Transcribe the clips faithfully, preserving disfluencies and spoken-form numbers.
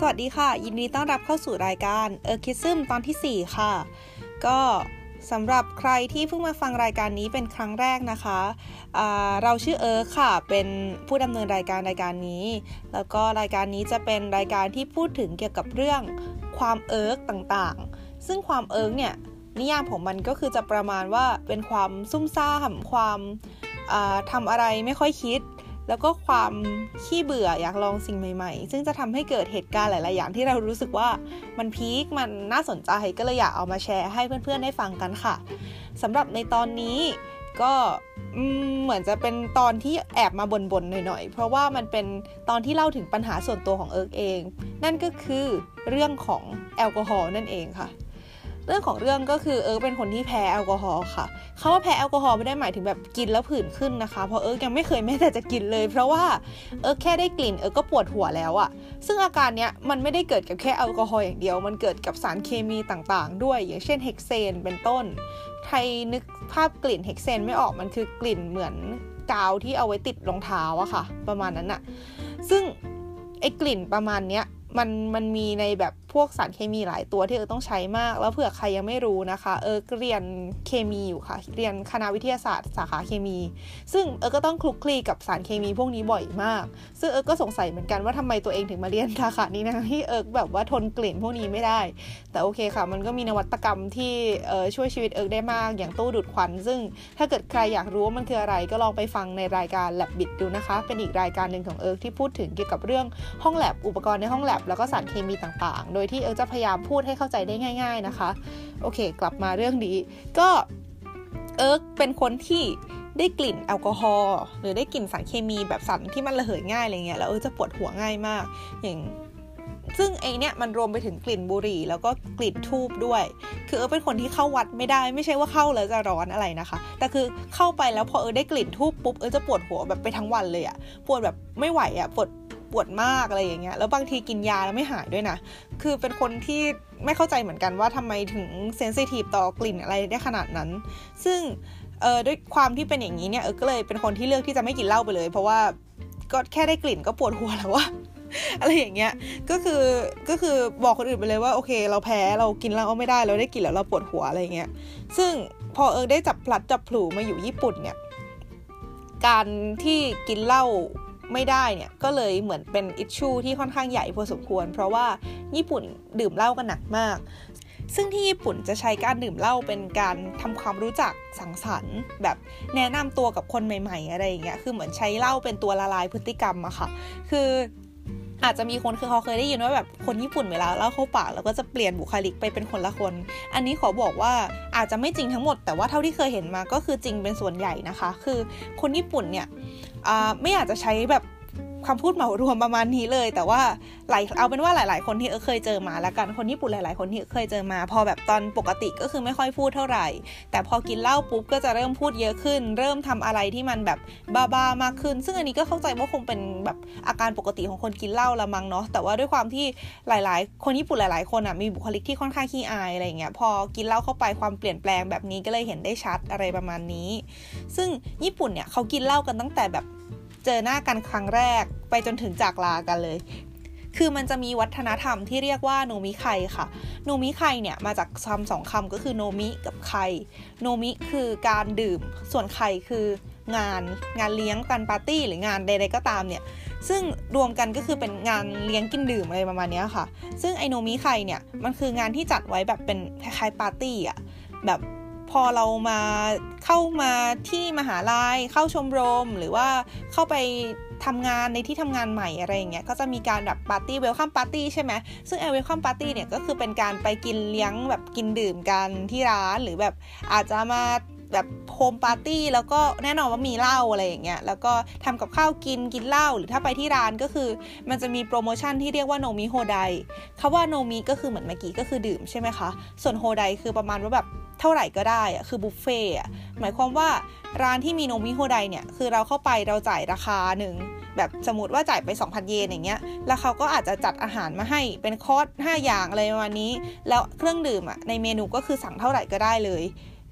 สวัสดีค่ะยินดีต้อนรับเข้าสู่รายการ Erkism ตอนที่สี่ค่ะก็สำหรับใครที่เพิ่งมาฟังรายการนี้เป็นครั้งแรกนะคะะเราชื่อเอิร์กค่ะเป็นผู้ดำเนินรายการรายการนี้แล้วก็รายการนี้จะเป็นรายการที่พูดถึงเกี่ยวกับเรื่องความเอิร์กต่างๆซึ่งความเอิร์กเนี่ยนิยามของมันก็คือจะประมาณว่าเป็นความซุ่มซ่ามความทำอะไรไม่ค่อยคิดแล้วก็ความขี้เบื่ออยากลองสิ่งใหม่ๆซึ่งจะทำให้เกิดเหตุการณ์หลายๆอย่างที่เรารู้สึกว่ามันพีคมันน่าสนใจก็เลยอยากเอามาแชร์ให้เพื่อนๆได้ฟังกันค่ะสำหรับในตอนนี้ก็เหมือนจะเป็นตอนที่แอบมาบ่นๆหน่อยๆเพราะว่ามันเป็นตอนที่เล่าถึงปัญหาส่วนตัวของเอิร์กเองนั่นก็คือเรื่องของแอลกอฮอล์นั่นเองค่ะเรื่องของเรื่องก็คือเอิร์กเป็นคนที่แพ้แอลกอฮอล์ค่ะเขาว่าแพ้แอลกอฮอล์ไม่ได้หมายถึงแบบกินแล้วผื่นขึ้นนะคะเพราะเอิร์กยังไม่เคยแม้แต่จะกินเลยเพราะว่าเอิร์กแค่ได้กลิ่นเอิร์กก็ปวดหัวแล้วอะซึ่งอาการเนี้ยมันไม่ได้เกิดกับแค่แอลกอฮอล์อย่างเดียวมันเกิดกับสารเคมีต่างๆด้วยอย่างเช่นเฮกเซนเป็นต้นใครนึกภาพกลิ่นเฮกเซนไม่ออกมันคือกลิ่นเหมือนกาวที่เอาไว้ติดรองเท้าอะค่ะประมาณนั้นอะซึ่งไอ้กลิ่นประมาณเนี้ยมันมันมีในแบบพวกสารเคมีหลายตัวที่เออต้องใช้มากแล้วเผื่อใครยังไม่รู้นะคะเออเรียนเคมีอยู่ค่ะเรียนคณะวิทยาศาสตร์สาขาเคมีซึ่งเออก็ต้องคลุกคลีกับสารเคมีพวกนี้บ่อยมากซึ่งเออก็สงสัยเหมือนกันว่าทำไมตัวเองถึงมาเรียนสาขานี้นะที่เออแบบว่าทนกลิ่นพวกนี้ไม่ได้แต่โอเคค่ะมันก็มีนวัตกรรมที่เออช่วยชีวิตเออได้มากอย่างตู้ดูดควันซึ่งถ้าเกิดใครอยากรู้ว่ามันคืออะไรก็ลองไปฟังในรายการ Lab Bit ดูนะคะเป็นอีกรายการนึงของเออที่พูดถึงเกี่ยวกับเรื่องห้องแลบอุปกรณ์ในห้องแลบแล้วก็สารเคมีต่างๆโดยที่เอิร์กจะพยายามพูดให้เข้าใจได้ง่ายๆนะคะโอเคกลับมาเรื่องนี้ก็เอิร์กเป็นคนที่ได้กลิ่นแอลกอฮอล์หรือได้กลิ่นสารเคมีแบบสารที่มันระเหยง่ายอะไรเงี้ยแล้วเอิร์กจะปวดหัวง่ายมากอย่างซึ่งไอเนี้ยมันรวมไปถึงกลิ่นบุหรี่แล้วก็กลิ่นธูปด้วยคือเอิร์กเป็นคนที่เข้าวัดไม่ได้ไม่ใช่ว่าเข้าแล้วจะร้อนอะไรนะคะแต่คือเข้าไปแล้วพอเอิร์กได้กลิ่นธูปปุ๊บเอิร์กจะปวดหัวแบบไปทั้งวันเลยอะปวดแบบไม่ไหวอะปวดปวดมากอะไรอย่างเงี้ยแล้วบางทีกินยาแล้วไม่หายด้วยนะคือเป็นคนที่ไม่เข้าใจเหมือนกันว่าทำไมถึงเซนซิทีฟต่อกลิ่นอะไรได้ขนาดนั้นซึ่งเอ่อด้วยความที่เป็นอย่างนี้เนี่ยเออก็เลยเป็นคนที่เลือกที่จะไม่กินเหล้าไปเลยเพราะว่าก็แค่ได้กลิ่นก็ปวดหัวแล้วว่า อะไรอย่างเงี้ยก็คือก็คือบอกคนอื่นไปเลยว่าโอเคเราแพ้เรากินเหล้าไม่ได้เราได้กลิ่นแล้วเราปวดหัวอะไรเงี้ยซึ่งพอเออได้จับพลัดจับผลูมาอยู่ญี่ปุ่นเนี่ยการที่กินเหล้าไม่ได้เนี่ยก็เลยเหมือนเป็นอิชชูที่ค่อนข้างใหญ่พอสมควรเพราะว่าญี่ปุ่นดื่มเหล้ากันหนักมากซึ่งที่ญี่ปุ่นจะใช้การดื่มเหล้าเป็นการทำความรู้จักสังสรรค์แบบแนะนำตัวกับคนใหม่ๆอะไรอย่างเงี้ยคือเหมือนใช้เหล้าเป็นตัวละลายพฤติกรรมอะค่ะคืออาจจะมีคนคือเขาเคยได้ยินว่าแบบคนญี่ปุ่นเวลาเหล้าเข้าปากแล้วก็จะเปลี่ยนบุคลิกไปเป็นคนละคนอันนี้ขอบอกว่าอาจจะไม่จริงทั้งหมดแต่ว่าเท่าที่เคยเห็นมาก็คือจริงเป็นส่วนใหญ่นะคะคือคนญี่ปุ่นเนี่ยไม่อยากจะใช้แบบคำพูดเหมารวมประมาณนี้เลยแต่ว่าหลายเอาเป็นว่าหลายๆคนที่เออเคยเจอมาแล้วกันคนญี่ปุ่นหลายๆคนที่เคยเจอมาพอแบบตอนปกติก็คือไม่ค่อยพูดเท่าไหร่แต่พอกินเหล้าปุ๊บก็จะเริ่มพูดเยอะขึ้นเริ่มทำอะไรที่มันแบบบ้าๆมากขึ้นซึ่งอันนี้ก็เข้าใจว่าคงเป็นแบบอาการปกติของคนกินเหล้าละมั้งเนาะแต่ว่าด้วยความที่หลายๆคนญี่ปุ่นหลายๆคนอ่ะมีบุคลิกที่ค่อนข้างขี้อายอะไรอย่างเงี้ยพอกินเหล้าเข้าไปความเปลี่ยนแปลงแบบนี้ก็เลยเห็นได้ชัดอะไรประมาณนี้ซึ่งญี่ปุ่นเนี่ยเขากินเหล้ากันตั้งแต่แบบเจอหน้ากันครั้งแรกไปจนถึงจากลากันเลยคือมันจะมีวัฒนธรรมที่เรียกว่าโนมิไคค่ะโนมิไคเนี่ยมาจากคำสองคำก็คือโนมิกับไคโนมิคือการดื่มส่วนไคคืองานงานเลี้ยงการปาร์ตี้หรืองานใดๆก็ตามเนี่ยซึ่งรวมกันก็คือเป็นงานเลี้ยงกินดื่มอะไรประมาณนี้ค่ะซึ่งไอโนมิไคเนี่ยมันคืองานที่จัดไว้แบบเป็นคล้ายๆปาร์ตี้อ่ะแบบพอเรามาเข้ามาที่มหาลัยเข้าชมรมหรือว่าเข้าไปทำงานในที่ทำงานใหม่อะไรอย่างเงี้ยก็จะมีการแบบปาร์ตี้เวลคัมปาร์ตี้ใช่ไหมซึ่งไอเวลคัมปาร์ตี้เนี่ยก็คือเป็นการไปกินเลี้ยงแบบกินดื่มกันที่ร้านหรือแบบอาจจะมาแบบโฮมปาร์ตี้แล้วก็แน่นอนว่ามีเหล้าอะไรอย่างเงี้ยแล้วก็ทำกับข้าวกินกินเหล้าหรือถ้าไปที่ร้านก็คือมันจะมีโปรโมชั่นที่เรียกว่าโนมิโฮไดคำว่าโนมิก็คือเหมือนเมื่อกี้ก็คือดื่มใช่ไหมคะส่วนโฮไดคือประมาณว่าแบบเท่าไหร่ก็ได้อะคือบุฟเฟ่อะหมายความว่าร้านที่มีโนมิโฮไดเนี่ยคือเราเข้าไปเราจ่ายราคาหนึ่งแบบสมมติว่าจ่ายไป สองพัน เยนอย่างเงี้ยแล้วเขาก็อาจจะจัดอาหารมาให้เป็นคอร์สห้าอย่างอะไรประมาณนี้แล้วเครื่องดื่มอะในเมนูก็คือสั่งเท่าไหร่ก็ได้เลย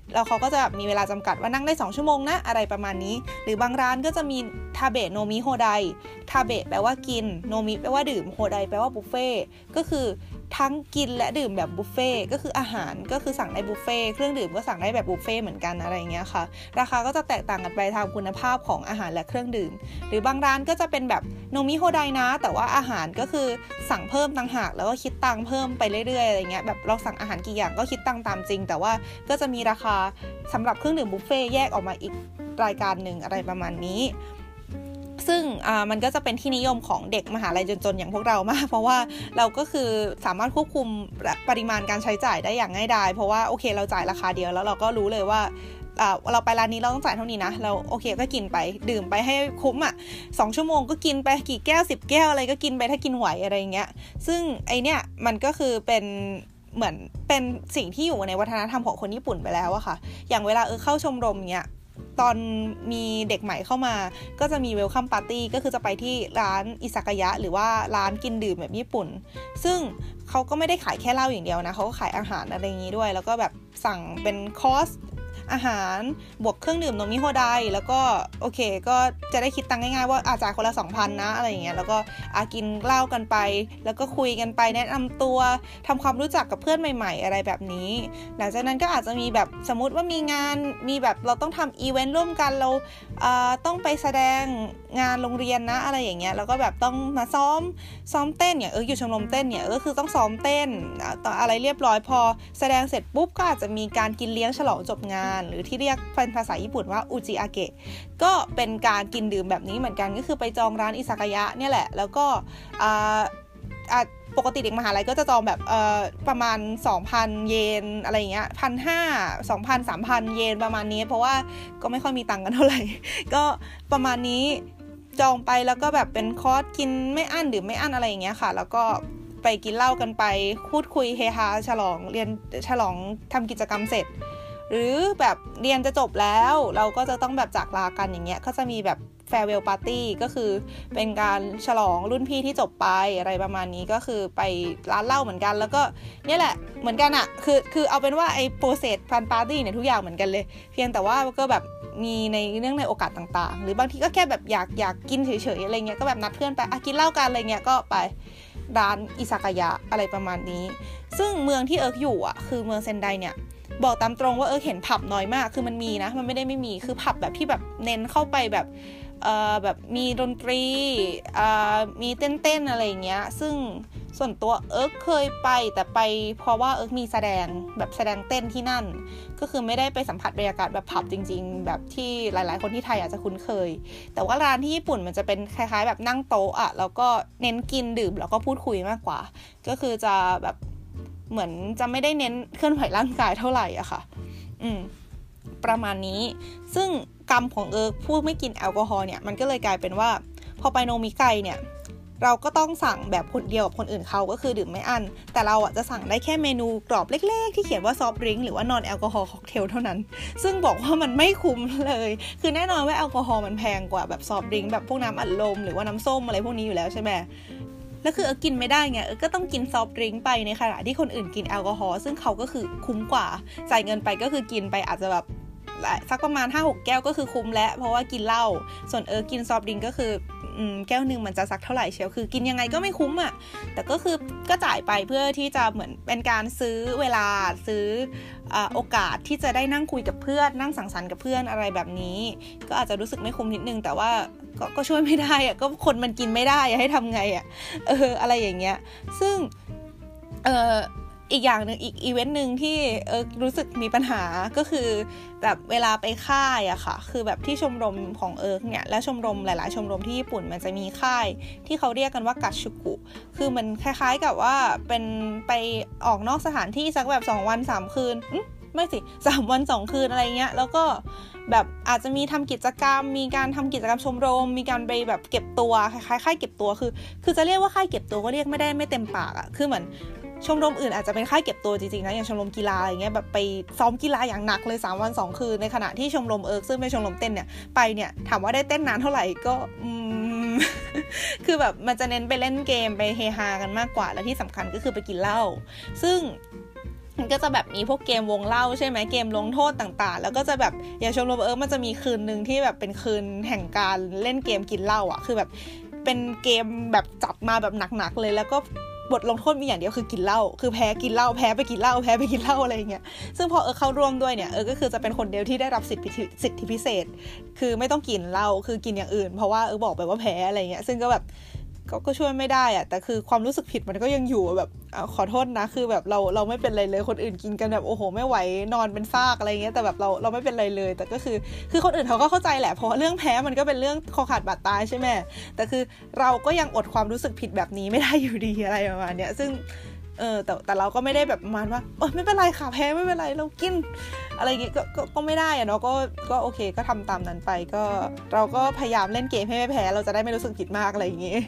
แล้วเขาก็จะมีเวลาจำกัดว่านั่งได้สองชั่วโมงนะอะไรประมาณนี้หรือบางร้านก็จะมีทาเบะโนมิโฮไดทาเบะแปลว่ากินโนมิแปลว่าดื่มโฮไดแปลว่าบุฟเฟ่ก็คือทั้งกินและดื่มแบบบุฟเฟ่ก็คืออาหารก็คือสั่งได้บุฟเฟ่เครื่องดื่มก็สั่งได้แบบบุฟเฟ่เหมือนกันอะไรเงี้ยค่ะราคาก็จะแตกต่างกันไปตามคุณภาพของอาหารและเครื่องดื่มหรือบางร้านก็จะเป็นแบบโนมิโฮไดนะแต่ว่าอาหารก็คือสั่งเพิ่มต่างหากแล้วก็คิดตังค์เพิ่มไปเรื่อยๆอะไรเงี้ยแบบเราสั่งอาหารกี่อย่างก็คิดตังค์ตามจริงแต่ว่าก็จะมีราคาสำหรับเครื่องดื่มบุฟเฟ่แยกออกมาอีกรายการหนึ่งอะไรประมาณนี้ซึ่งอ่ามันก็จะเป็นที่นิยมของเด็กมหาลัยจนๆอย่างพวกเรามากเพราะว่าเราก็คือสามารถควบคุมปริมาณการใช้จ่ายได้อย่างง่ายดายเพราะว่าโอเคเราจ่ายราคาเดียวแล้วเราก็รู้เลยว่าเราไปร้านนี้เราต้องจ่ายเท่านี้นะเราโอเคก็กินไปดื่มไปให้คุ้มอ่ะสองชั่วโมงก็กินไปกี่แก้วสิบแก้วอะไรก็กินไปถ้ากินไหวอะไรเงี้ยซึ่งไอเนี้ยมันก็คือเป็นเหมือนเป็นสิ่งที่อยู่ในวัฒนธรรมของคนญี่ปุ่นไปแล้วอะค่ะอย่างเวลาเออเข้าชมรมเนี้ยตอนมีเด็กใหม่เข้ามาก็จะมีเวลคัมปาร์ตี้ก็คือจะไปที่ร้านอิซากายะหรือว่าร้านกินดื่มแบบญี่ปุ่นซึ่งเขาก็ไม่ได้ขายแค่เหล้าอย่างเดียวนะเขาก็ขายอาหารอะไรอย่างนี้ด้วยแล้วก็แบบสั่งเป็นคอร์สอาหารบวกเครื่องดื่มโนมิโฮไดแล้วก็โอเคก็จะได้คิดตังค์ง่ายๆว่าอาจ่ายคนละ สองพัน นะอะไรอย่างเงี้ยแล้วก็อากินเหล้ากันไปแล้วก็คุยกันไปแนะนำตัวทำความรู้จักกับเพื่อนใหม่ๆอะไรแบบนี้หลังจากนั้นก็อาจจะมีแบบสมมุติว่ามีงานมีแบบเราต้องทำอีเวนต์ร่วมกันเราอ่าต้องไปแสดงงานโรงเรียนนะอะไรอย่างเงี้ยแล้วก็แบบต้องมาซ้อมซ้อมเต้นเนี่ยเอออยู่ชมรมเต้นเนี่ยก็คือต้องซ้อมเต้นต่ออะไรเรียบร้อยพอแสดงเสร็จปุ๊บก็อาจจะมีการกินเลี้ยงฉลองจบงานหรือที่เรียกเป็นภาษาญี่ปุ่นว่าอุจิอาเกะก็เป็นการกินดื่มแบบนี้เหมือนกันก็คือไปจองร้านอิซากายะเนี่ยแหละแล้วก็อ่าอ่าปกติเด็กมหาลัยก็จะจองแบบเอ่อประมาณ สองพัน เยนอะไรอย่างเงี้ย หนึ่งพันห้าร้อย สองพัน สามพัน เยนประมาณนี้เพราะว่าก็ไม่ค่อยมีตังค์กันเท่าไหร่ก็ประมาณนี้จองไปแล้วก็แบบเป็นคอร์สกินไม่อั้นดื่มไม่อั้นอะไรอย่างเงี้ยค่ะแล้วก็ไปกินเหล้ากันไปพูดคุยเฮฮาฉลองเรียนฉลองทำกิจกรรมเสร็จหรือแบบเรียนจะจบแล้วเราก็จะต้องแบบจากลากันอย่างเงี้ยก็จะมีแบบแฟร์เวลปาร์ตี้ก็คือเป็นการฉลองรุ่นพี่ที่จบไปอะไรประมาณนี้ก็คือไปร้านเหล้าเหมือนกันแล้วก็เนี่ยแหละเหมือนกันอะคือคือเอาเป็นว่าไอ้โปรเซสพันปาร์ตี้เนี่ยทุกอย่างเหมือนกันเลยเพียงแต่ว่าก็แบบมีในเรื่องในโอกาสต่างๆหรือบางทีก็แค่แบบอยากอยากกินเฉยๆอะไรเงี้ยก็แบบนัดเพื่อนไปอ่ะกินเหล้ากันอะไรเงี้ยก็ไปร้านอิซากายะอะไรประมาณนี้ซึ่งเมืองที่เอิร์กอยู่อ่ะคือเมืองเซนไดเนี่ยบอกตามตรงว่าเอิร์กเห็นผับน้อยมากคือมันมีนะมันไม่ได้ไม่มีคือผับแบบที่แบบเน้นเข้าไปแบบเอ่อแบบมีดนตรีอ่ามีเต้นๆอะไรอย่างเงี้ยซึ่งส่วนตัวเอิร์กเคยไปแต่ไปเพราะว่าเอิร์กมีแสดงแบบแสดงเต้นที่นั่นก็คือไม่ได้ไปสัมผัสบรรยากาศแบบผับจริงๆแบบที่หลายๆคนที่ไทยอาจจะคุ้นเคยแต่ว่าร้านที่ญี่ปุ่นมันจะเป็นคล้ายๆแบบนั่งโต๊ะอ่ะแล้วก็เน้นกินดื่มแล้วก็พูดคุยมากกว่าก็คือจะแบบเหมือนจะไม่ได้เน้นเคลื่อนไหวร่างกายเท่าไหร่อะค่ะอืมประมาณนี้ซึ่งกรรมของเอิร์กผู้ไม่กินแอลกอฮอล์เนี่ยมันก็เลยกลายเป็นว่าพอไปโนมิไกเนี่ยเราก็ต้องสั่งแบบคนเดียวกับคนอื่นเขาก็คือดื่มไม่อั้นแต่เราอ่ะจะสั่งได้แค่เมนูกรอบเล็กๆที่เขียนว่าซอฟต์ดริงก์หรือว่านอนแอลกอฮอล์ค็อกเทลเท่านั้นซึ่งบอกว่ามันไม่คุ้มเลยคือแน่นอนว่าแอลกอฮอล์มันแพงกว่าแบบซอฟต์ดริงก์แบบพวกน้ำอัดลมหรือว่าน้ำส้มอะไรพวกนี้อยู่แล้วใช่ไหมแล้วคือเออกินไม่ได้ไงเออก็ต้องกินซอฟต์ดริงก์ไปในขณะที่คนอื่นกินแอลกอฮอล์ซึ่งเขาก็คือคุ้มกว่าจ่ายเงินไปก็คือกินไปอาจจะแบบสักประมาณ ห้าหก แก้วก็คือคุ้มแล้วเพราะว่ากินเหล้าส่วนเออกินซอฟต์ดริงก์ก็คืออืมแก้วนึงมันจะสักเท่าไหร่เชียวคือกินยังไงก็ไม่คุ้มอ่ะแต่ก็คือก็จ่ายไปเพื่อที่จะเหมือนเป็นการซื้อเวลาซื้ออ่าโอกาสที่จะได้นั่งคุยกับเพื่อนนั่งสังสรรค์กับเพื่อนอะไรแบบนี้ก็อาจจะรู้สึกไม่คุ้มนิดนึงแต่ว่าก็ก็ช่วยไม่ได้อ่ะก็คนมันกินไม่ได้ให้ทำไงอ่ะเอออะไรอย่างเงี้ยซึ่งเอออีกอย่างนึงอีกอีเวนต์นึงที่เออรู้สึกมีปัญหาก็คือแบบเวลาไปค่ายอะค่ะคือแบบที่ชมรมของเอิร์กเนี่ยและชมรมหลายๆชมรมที่ญี่ปุ่นมันจะมีค่ายที่เขาเรียกกันว่ากัตชุกุคือมันคล้ายๆกับว่าเป็นไปออกนอกสถานที่สักแบบสองวันสามคืนไม่สิสามวันสองคืนอะไรเงี้ยแล้วก็แบบอาจจะมีทำกิจกรรมมีการทำกิจกรรมชมรมมีการไปแบบเก็บตัวคล้ายๆค่ายเก็บตัวคือคือจะเรียกว่าค่ายเก็บตัวก็เรียกไม่ได้ไม่เต็มปากอะคือเหมือนชมรมอื่นอาจจะเป็นค่ายเก็บตัวจริงๆนะอย่างชมรมกีฬาอะไรเงี้ยแบบไปซ้อมกีฬาอย่างหนักเลยสามวันสองคืนในขณะที่ชมรมเอิร์กซึ่งเป็นชมรมเต้นเนี่ยไปเนี่ยถามว่าได้เต้นนานเท่าไหร่ก็อืม คือแบบมันจะเน้นไปเล่นเกมไปเฮฮากันมากกว่าและที่สำคัญก็คือไปกินเหล้าซึ่งมันก็จะแบบมีพวกเกมวงเล่าใช่ไหมเกมลงโทษต่างๆแล้วก็จะแบบอย่างชมรมเอิร์กมันจะมีคืนนึงที่แบบเป็นคืนแห่งการเล่นเกมกินเหล้าอ่ะคือแบบเป็นเกมแบบจัดมาแบบหนักๆเลยแล้วก็บทลงโทษมีอย่างเดียวคือกินเหล้าคือแพ้กินเหล้าแพ้ไปกินเหล้าแพ้ไปกินเหล้าอะไรอย่างเงี้ยซึ่งพอเออเข้าร่วมด้วยเนี่ยเออก็คือจะเป็นคนเดียวที่ได้รับสิทธิสิทธิพิเศษคือไม่ต้องกินเหล้าคือกินอย่างอื่นเพราะว่าเออบอกไปว่าแพ้อะไรเงี้ยซึ่งก็แบบก็ก็ช่วยไม่ได้อะแต่คือความรู้สึกผิดมันก็ยังอยู่แบบขอโทษนะคือแบบเราเราไม่เป็นไรเลยคนอื่นกินกันแบบโอ้โหไม่ไหวนอนเป็นซากอะไรเงี้ยแต่แบบเราเราไม่เป็นไรเลยแต่ก็คือคือคนอื่นเขาก็เข้าใจแหละเพราะเรื่องแพ้มันก็เป็นเรื่องคอขาดบาดตายใช่ไหมแต่คือเราก็ยังอดความรู้สึกผิดแบบนี้ไม่ได้อยู่ดีอะไรประมาณเนี้ยซึ่งเออแต่แต่เราก็ไม่ได้แบบประมาณว่าเออไม่เป็นไรค่ะแพ้ไม่เป็นไรเรากินอะไรอย่างเงี้ยก็ก็ก็ไม่ได้อะเนาะก็ก็โอเคก็ทำตามนั้นไปก็เราก็พยายามเล่นเกมให้ไม่แพ้เราจะได้ไม่รู้สึกผิดมากอะไรอย่างเงี้ย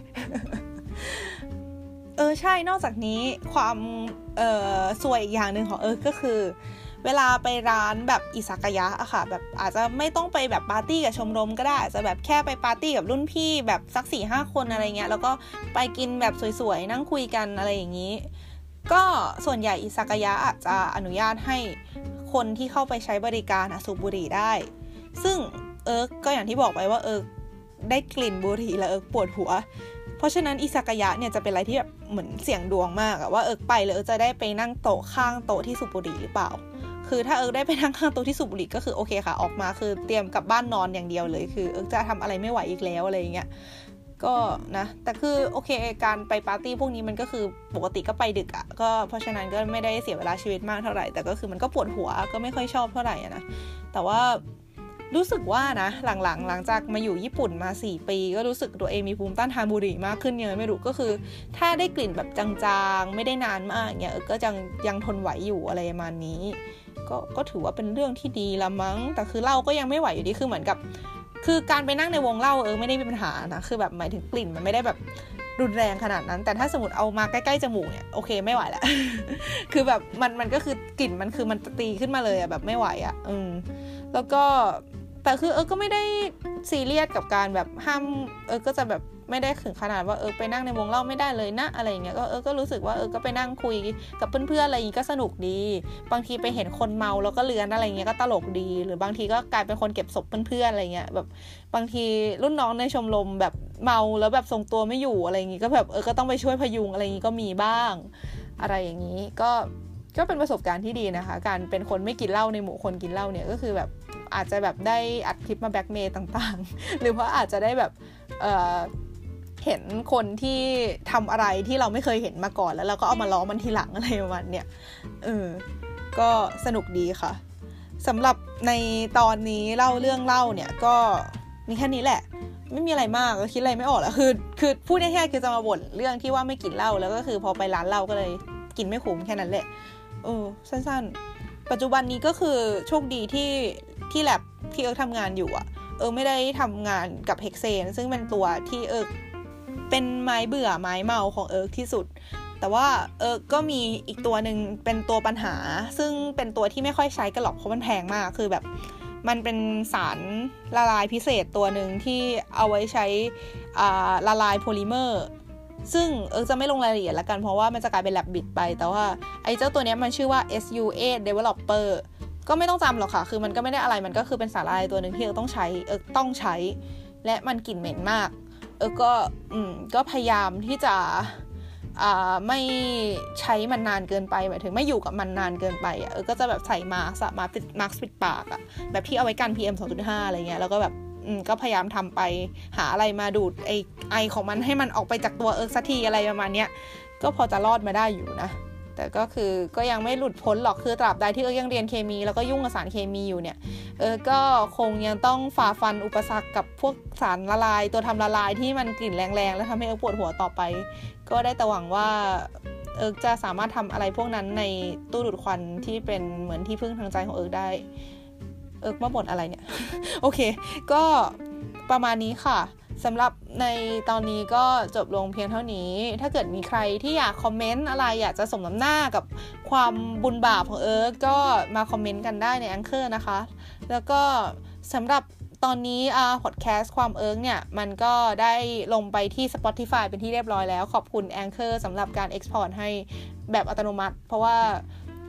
เออใช่นอกจากนี้ความเอ่อสวยอีกอย่างนึงของเออก็คือเวลาไปร้านแบบอิซากายะอะค่ะแบบอาจจะไม่ต้องไปแบบปาร์ตี้กับชมรมก็ได้อาจจะแบบแค่ไปปาร์ตี้กับรุ่นพี่แบบสัก สี่ห้า คนอะไรเงี้ยแล้วก็ไปกินแบบสวยๆนั่งคุยกันอะไรอย่างนี้ก็ส่วนใหญ่อิซากายะอาจจะอนุญาตให้คนที่เข้าไปใช้บริการสูบบุหรี่ได้ซึ่งเอิร์กก็อย่างที่บอกไปว่าเอิร์กได้กลิ่นบุหรี่แล้วเอิร์กปวดหัวเพราะฉะนั้นอิซากายะเนี่ยจะเป็นอะไรที่แบบเหมือนเสี่ยงดวงมากอะว่าเอิร์กไปแล้วเอิร์กจะได้ไปนั่งโต๊ะข้างโต๊ะที่สูบบุหรี่หรือเปล่าคือถ้าเอิร์กได้ไปนั่งข้างโต๊ะที่สูบบุหรี่ก็คือโอเคค่ะออกมาคือเตรียมกลับบ้านนอนอย่างเดียวเลยคือเอิร์กจะทำอะไรไม่ไหวอีกแล้วอะไรอย่างเงี้ยก็นะแต่คือโอเคการไปปาร์ตี้พวกนี้มันก็คือปกติก็ไปดึกอะก็เพราะฉะนั้นก็ไม่ได้เสียเวลาชีวิตมากเท่าไหร่แต่ก็คือมันก็ปวดหัวก็ไม่ค่อยชอบเท่าไหร่อะนะแต่ว่ารู้สึกว่านะหลังๆหลังจากมาอยู่ญี่ปุ่นมาสี่ปีก็รู้สึกตัวเองมีภูมิต้านทานบุหรี่มากขึ้นยังไงไม่รู้ก็คือถ้าได้กลิ่นแบบจางๆไม่ได้นานมากเงี้ยก็ยังยังทนไหวอยู่อะไรประมาณนี้ก็ก็ถือว่าเป็นเรื่องที่ดีละมั้งแต่คือเหล้าก็ยังไม่ไหวอยู่ดีคือเหมือนกับคือการไปนั่งในวงเหล้าเออไม่ได้มีปัญหานะคือแบบหมายถึงกลิ่นมันไม่ได้แบบรุนแรงขนาดนั้นแต่ถ้าสมมติเอามาใกล้ๆจมูกเนี่ยโอเคไม่ไหวแล้ว คือแบบมันมันก็คือกลิ่นมันคือมันตีขึ้นมาเลยอะแบบไม่ไหวอะอืมแล้วก็แต่คือเออก็ไม่ได้ซีเรียสกับการแบบห้ามเออก็จะแบบไม่ได้ถึงขนาดว่าเออไปนั่งในวงเล่าไม่ได้เลยนะอะไรอย่างเงี้ยก็เออก็รู้สึกว่าเออก็ไปนั่งคุยกับเพื่อนๆอะไรอย่างงี้ก็สนุกดีบางทีไปเห็นคนเมาแล้วก็เลือนอะไรอย่างเงี้ยก็ตลกดีหรือบางทีก็กลายเป็นคนเก็บศพเพื่อนๆอะไรเงี้ยแบบบางทีรุ่นน้องในชมรมแบบเมาแล้วแบบทรงตัวไม่อยู่อะไรอย่างงี้ก็แบบเออก็ต้องไปช่วยพยุงอะไรอย่างงี้ก็มีบ้างอะไรอย่างงี้ก็ก็เป็นประสบการณ์ที่ดีนะคะการเป็นคนไม่กินเหล้าในหมู่คนกินเหล้าเนี่ยก็คือแบบอาจจะแบบได้อัดคลิปมาแบล็กเมย์ต่างๆหรือว่าอาจจะได้แบบเอ่อเห็นคนที่ทำอะไรที่เราไม่เคยเห็นมาก่อนแล้วเราก็เอามาล้อมันทีหลังอะไรประมาณเนี่ยเออก็สนุกดีค่ะสำหรับในตอนนี้เล่าเรื่องเล่าเนี่ยก็มีแค่นี้แหละไม่มีอะไรมากก็คิดอะไรไม่ออกแล้วคือคือพูดแค่ๆคือจะมาบ่นเรื่องที่ว่าไม่กินเหล้าแล้วก็คือพอไปร้านเหล้าก็เลยกินไม่คุ้มแค่นั้นแหละเออสั้นๆปัจจุบันนี้ก็คือโชคดีที่ที่แลบที่เอิร์กทำงานอยู่อ่ะเออไม่ได้ทำงานกับเฮกเซนซึ่งเป็นตัวที่เอิร์กเป็นไม้เบื่อไม้เมาของเอิร์กที่สุดแต่ว่าเอิร์กก็มีอีกตัวนึงเป็นตัวปัญหาซึ่งเป็นตัวที่ไม่ค่อยใช้กันหรอกเพราะมันแพงมากคือแบบมันเป็นสารละลายพิเศษตัวนึงที่เอาไว้ใช้อ่าละลายโพลิเมอร์ซึ่งเอิร์กจะไม่ลงรายละเอียดละกันเพราะว่ามันจะกลายเป็นแลบบิดไปแต่ว่าไอ้เจ้าตัวนี้มันชื่อว่า เอส ยู เอ Developerก็ไม่ต้องจำหรอกค่ะคือมันก็ไม่ได้อะไรมันก็คือเป็นสารละลายตัวนึงที่เอิร์กต้องใช้เอิร์กต้องใช้และมันกลิ่นเหม็นมากเออก็อืมก็พยายามที่จะอ่าไม่ใช้มันนานเกินไปหมายถึงไม่อยู่กับมันนานเกินไปอ่ะเออก็จะแบบใส่มาสมาปิดมาสปิดปากอ่ะแบบที่เอาไว้กัน พี เอ็ม สองจุดห้า อะไรเงี้ยแล้วก็แบบอืมก็พยายามทำไปหาอะไรมาดูดไอไอของมันให้มันออกไปจากตัวเอิร์กสักทีอะไรประมาณเนี้ยก็พอจะรอดมาได้อยู่นะแต่ก็คือก็ยังไม่หลุดพ้นหรอกคือตราบใดที่เอิร์กยังเรียนเคมีแล้วก็ยุ่งกับสารเคมีอยู่เนี่ยเออก็คงยังต้องฝ่าฟันอุปสรรคกับพวกสารละลายตัวทำละลายที่มันกลิ่นแรงๆแล้วทำให้เอิร์กปวดหัวต่อไปก็ได้แต่หวังว่าเอิร์กจะสามารถทำอะไรพวกนั้นในตู้ดูดควันที่เป็นเหมือนที่พึ่งทางใจของเอิร์กได้เอิร์กมาบ่นอะไรเนี่ย โอเคก็ประมาณนี้ค่ะสำหรับในตอนนี้ก็จบลงเพียงเท่านี้ถ้าเกิดมีใครที่อยากคอมเมนต์อะไรอยากจะสมน้ำหน้ากับความบุญบาปของเอิร์กก็มาคอมเมนต์กันได้ใน Anchor นะคะแล้วก็สำหรับตอนนี้อ่าพอดแคสต์ความเอิร์กเนี่ยมันก็ได้ลงไปที่ Spotify เป็นที่เรียบร้อยแล้วขอบคุณ Anchor สำหรับการ Export ให้แบบอัตโนมัติเพราะว่า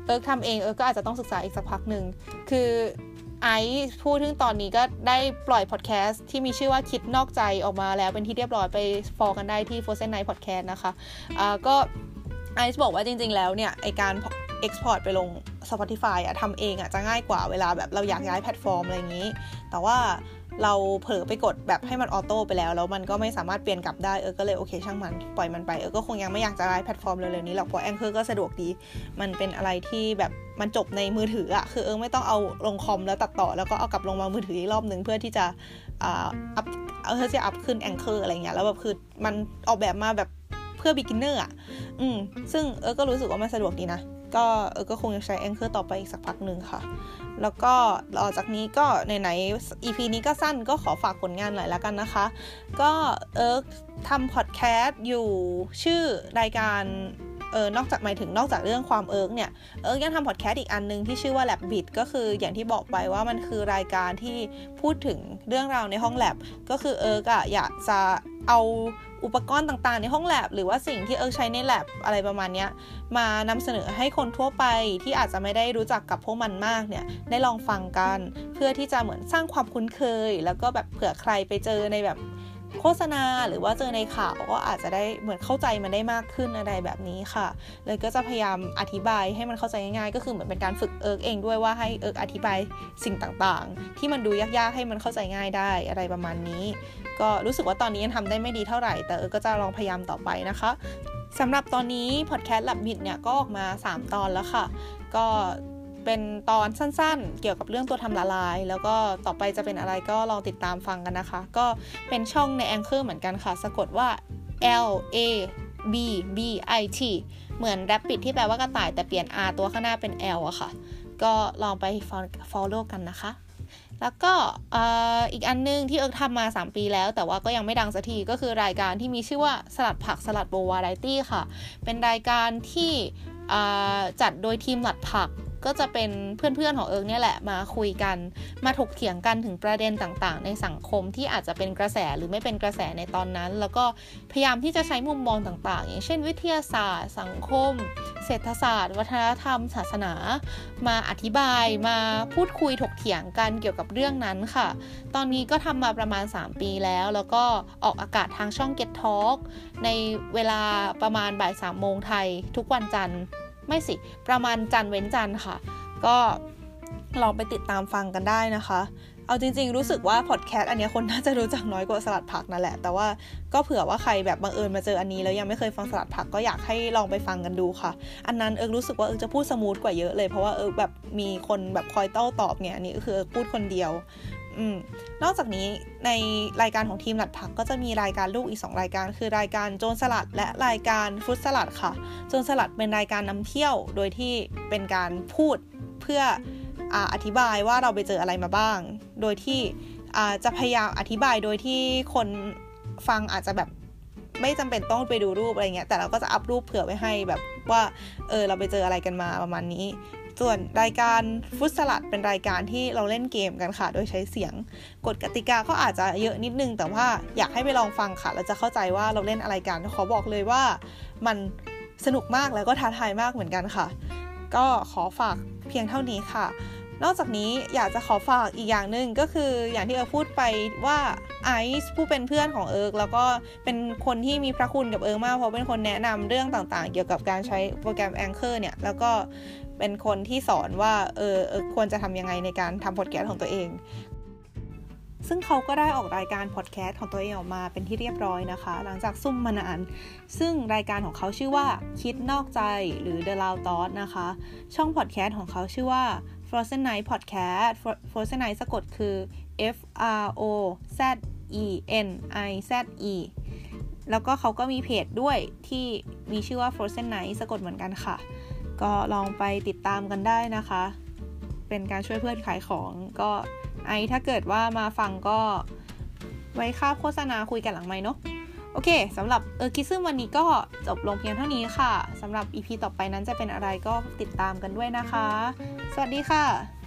เอิร์กทำเองเอิร์กก็อาจจะต้องศึกษาอีกสักพักนึงคือไอซ์พูดถึงตอนนี้ก็ได้ปล่อยพอดแคสต์ที่มีชื่อว่าคิดนอกใจออกมาแล้วเป็นที่เรียบร้อยไปฟอลกันได้ที่ Frozen Night Podcast นะคะอ่าก็ไอซ์บอกว่าจริงๆแล้วเนี่ยไอการ export ไปลง Spotify อะทำเองอะจะง่ายกว่าเวลาแบบเราอยากย้ายแพลตฟอร์มอะไรอย่างนี้แต่ว่าเราเผลอไปกดแบบให้มันออโต้ไปแล้วแล้วมันก็ไม่สามารถเปลี่ยนกลับได้เออก็เลยโอเคช่างมันปล่อยมันไปเออก็คงยังไม่อยากจะย้ายแพลตฟอร์มเร็วๆนี้หรอกเพราะ Anchor ก็สะดวกดีมันเป็นอะไรที่แบบมันจบในมือถืออะคือเออไม่ต้องเอาลงคอมแล้วตัดต่อแล้วก็เอากลับลงมามือถืออีกรอบนึงเพื่อที่จะอ่าอัพเออจะอัพขึ้น Anchor อะไรเงี้ยแล้วแบบคือมันออกแบบมาแบบเพื่อ beginner อ่ะอืมซึ่งเออก็รู้สึกว่ามันสะดวกดีนะก็เออก็คงจะใช้ Anchor ต่อไปอีกสักพักนึงค่ะแล้วก็ต่อจากนี้ก็ไหนๆ อี พี นี้ก็สั้นก็ขอฝากผลงานหน่อยแล้วกันนะคะก็เออทำพอดแคสต์อยู่ชื่อรายการเออนอกจากหมายถึงนอกจากเรื่องความเอิร์กเนี่ยเอิร์กยังทำพอดแคสต์อีกอันนึงที่ชื่อว่า Lab Beat ก็คืออย่างที่บอกไปว่ามันคือรายการที่พูดถึงเรื่องราวในห้อง Lab ก็คือเอิร์กอะอยากจะเอาอุปกรณ์ต่างๆในห้อง Lab หรือว่าสิ่งที่เอิร์กใช้ใน Lab อะไรประมาณนี้มานำเสนอให้คนทั่วไปที่อาจจะไม่ได้รู้จักกับพวกมันมากเนี่ยได้ลองฟังกันเพื่อที่จะเหมือนสร้างความคุ้นเคยแล้วก็แบบเผื่อใครไปเจอในแบบโฆษณาหรือว่าเจอในข่าวก็อาจจะได้เหมือนเข้าใจมันได้มากขึ้นอะไรแบบนี้ค่ะเลยก็จะพยายามอธิบายให้มันเข้าใจง่ายๆก็คือเหมือนเป็นการฝึกเอิร์กเองด้วยว่าให้เอิร์กอธิบายสิ่งต่างๆที่มันดูยากๆให้มันเข้าใจง่ายได้อะไรประมาณนี้ก็รู้สึกว่าตอนนี้ยังทำได้ไม่ดีเท่าไหร่แต่เอิร์กก็จะลองพยายามต่อไปนะคะสำหรับตอนนี้พอดแคสต์ Lab Beat เนี่ยก็ออกมาสามตอนแล้วค่ะก็เป็นตอนสั้นๆเกี่ยวกับเรื่องตัวทำละลายแล้วก็ต่อไปจะเป็นอะไรก็ลองติดตามฟังกันนะคะก็เป็นช่องใน Anchor เหมือนกันค่ะสะกดว่า L A B B I T เหมือน Rabbit ที่แปลว่ากระต่ายแต่เปลี่ยน R ตัวข้างหน้าเป็น L อะค่ะก็ลองไป follow กันนะคะแล้วก็อีกอันนึงที่เอิร์กทำมาสามปีแล้วแต่ว่าก็ยังไม่ดังสักทีก็คือรายการที่มีชื่อว่าสลัดผักสลัดโบวาไรตี้ค่ะเป็นรายการที่จัดโดยทีมหลัดผักก็จะเป็นเพื่อนๆของเอิร์กเนี่ยแหละมาคุยกันมาถกเถียงกันถึงประเด็นต่างๆในสังคมที่อาจจะเป็นกระแสหรือไม่เป็นกระแสในตอนนั้นแล้วก็พยายามที่จะใช้มุมมองต่างๆอย่างเช่นวิทยาศาสตร์สังคมเศรษฐศาสตร์วัฒนธรรมศาสนามาอธิบายมาพูดคุยถกเถียงกันเกี่ยวกับเรื่องนั้นค่ะตอนนี้ก็ทำมาประมาณสามปีแล้วแล้วก็ออกอากาศทางช่อง Get Talk ในเวลาประมาณบ่ายสามโมงไทยทุกวันจันทร์ไม่สิประมาณจันทร์เว้นจันทร์ค่ะก็ลองไปติดตามฟังกันได้นะคะเอาจริงๆรู้สึกว่าพอดแคสต์อันนี้คนน่าจะรู้จักน้อยกว่าสลัดผักนั่นแหละแต่ว่าก็เผื่อว่าใครแบบบังเอิญมาเจออันนี้แล้วยังไม่เคยฟังสลัดผักก็อยากให้ลองไปฟังกันดูค่ะอันนั้นเอิร์กรู้สึกว่าเอิร์กจะพูดสมูทกว่าเยอะเลยเพราะว่าเอิร์กแบบมีคนแบบคอยโต้ตอบเนี่ยอันนี้ก็คือเอิร์กพูดคนเดียวอืมนอกจากนี้ในรายการของทีมหลัดผักก็จะมีรายการลูกอีกสองรายการคือรายการโจรสลัดและรายการฟรุตสลัดค่ะโจรสลัดเป็นรายการนำเที่ยวโดยที่เป็นการพูดเพื่ออ่าอธิบายว่าเราไปเจออะไรมาบ้างโดยที่อ่าจะพยายามอธิบายโดยที่คนฟังอาจจะแบบไม่จำเป็นต้องไปดูรูปอะไรเงี้ยแต่เราก็จะอัพรูปเผื่อไว้ให้แบบว่าเออเราไปเจออะไรกันมาประมาณนี้ส่วนรายการฟุตสลัดเป็นรายการที่เราเล่นเกมกันค่ะโดยใช้เสียงกฎกติกาก็อาจจะเยอะนิดนึงแต่ว่าอยากให้ไปลองฟังค่ะเราจะเข้าใจว่าเราเล่นอะไรกันขอบอกเลยว่ามันสนุกมากแล้วก็ท้าทายมากเหมือนกันค่ะก็ขอฝากเพียงเท่านี้ค่ะนอกจากนี้อยากจะขอฝากอีกอย่างนึงก็คืออย่างที่เอิร์กพูดไปว่าไอซ์ผู้เป็นเพื่อนของเอิร์กแล้วก็เป็นคนที่มีพระคุณกับเอิร์กมากเพราะเป็นคนแนะนำเรื่องต่างๆเกี่ยวกับการใช้โปรแกรม Anchor เนี่ยแล้วก็เป็นคนที่สอนว่าเออเออควรจะทำยังไงในการทำพอดแคสต์ของตัวเองซึ่งเขาก็ได้ออกรายการพอดแคสต์ของตัวเองออกมาเป็นที่เรียบร้อยนะคะหลังจากซุ่มมานานซึ่งรายการของเขาชื่อว่าคิดนอกใจหรือ The Loud Thought นะคะช่องพอดแคสต์ของเขาชื่อว่า Frozen Night Podcast Frozen Night สะกดคือ F R O Z E N I Z E แล้วก็เขาก็มีเพจด้วยที่มีชื่อว่า Frozen Night สะกดเหมือนกันค่ะก็ลองไปติดตามกันได้นะคะเป็นการช่วยเพื่อนขายของก็ไอถ้าเกิดว่ามาฟังก็ไว้ค่าโฆษณาคุยกันหลังไมค์เนาะโอเคสำหรับเออคิดซึ่งวันนี้ก็จบลงเพียงเท่านี้ค่ะสำหรับ อี พี ต่อไปนั้นจะเป็นอะไรก็ติดตามกันด้วยนะคะสวัสดีค่ะ